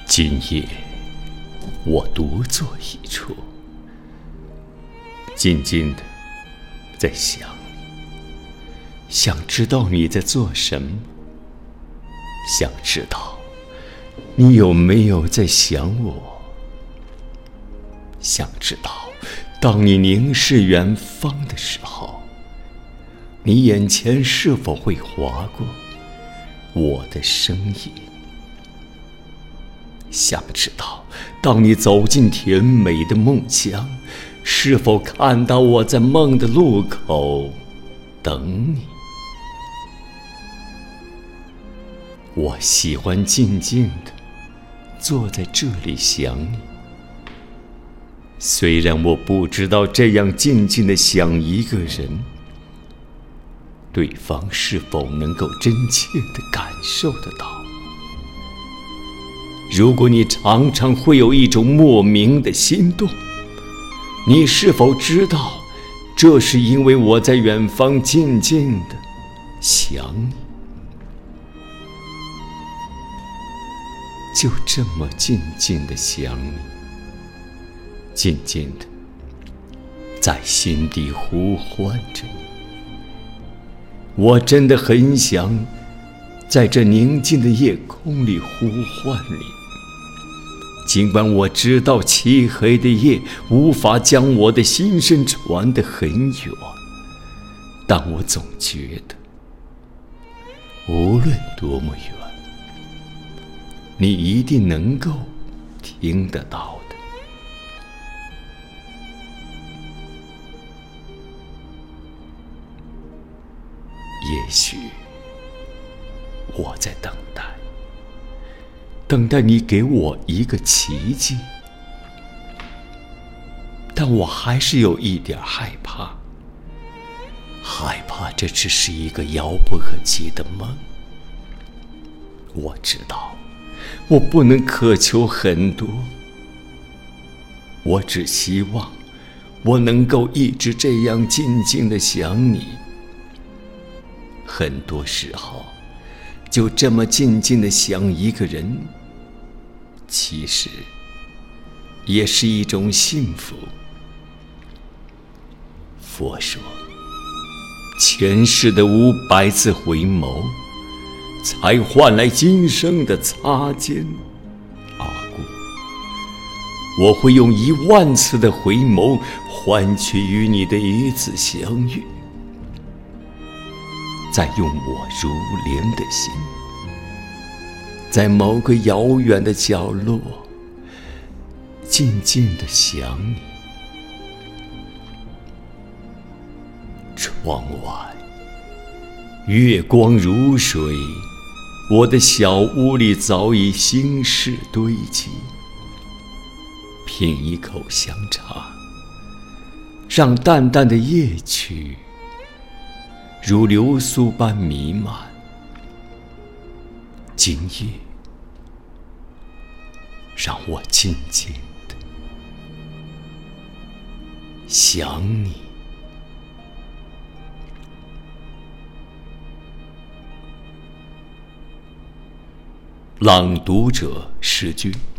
今夜我独坐一处，静静的在想你，想知道你在做什么，想知道你有没有在想我，想知道当你凝视远方的时候，你眼前是否会划过我的身影，想知道当你走进甜美的梦乡，是否看到我在梦的路口等你。我喜欢静静地坐在这里想你，虽然我不知道这样静静地想一个人，对方是否能够真切地感受得到。如果你常常会有一种莫名的心动，你是否知道这是因为我在远方静静地想你？就这么静静地想你，静静地在心底呼唤着你。我真的很想在这宁静的夜空里呼唤你，尽管我知道漆黑的夜无法将我的心声传得很远，但我总觉得无论多么远，你一定能够听得到的。也许我在等待，等待你给我一个奇迹，但我还是有一点害怕，害怕这只是一个遥不可及的梦。我知道我不能渴求很多，我只希望我能够一直这样静静地想你。很多时候就这么静静地想一个人，其实也是一种幸福。佛说，前世的500次回眸，才换来今生的擦肩而过。我会用10000次的回眸，换取与你的一次相遇。再用我如莲的心，在某个遥远的角落，静静地想你。窗外月光如水，我的小屋里早已心事堆积。品一口香茶，让淡淡的夜曲如流苏般弥漫。今夜让我静静地想你。朗读者诗君。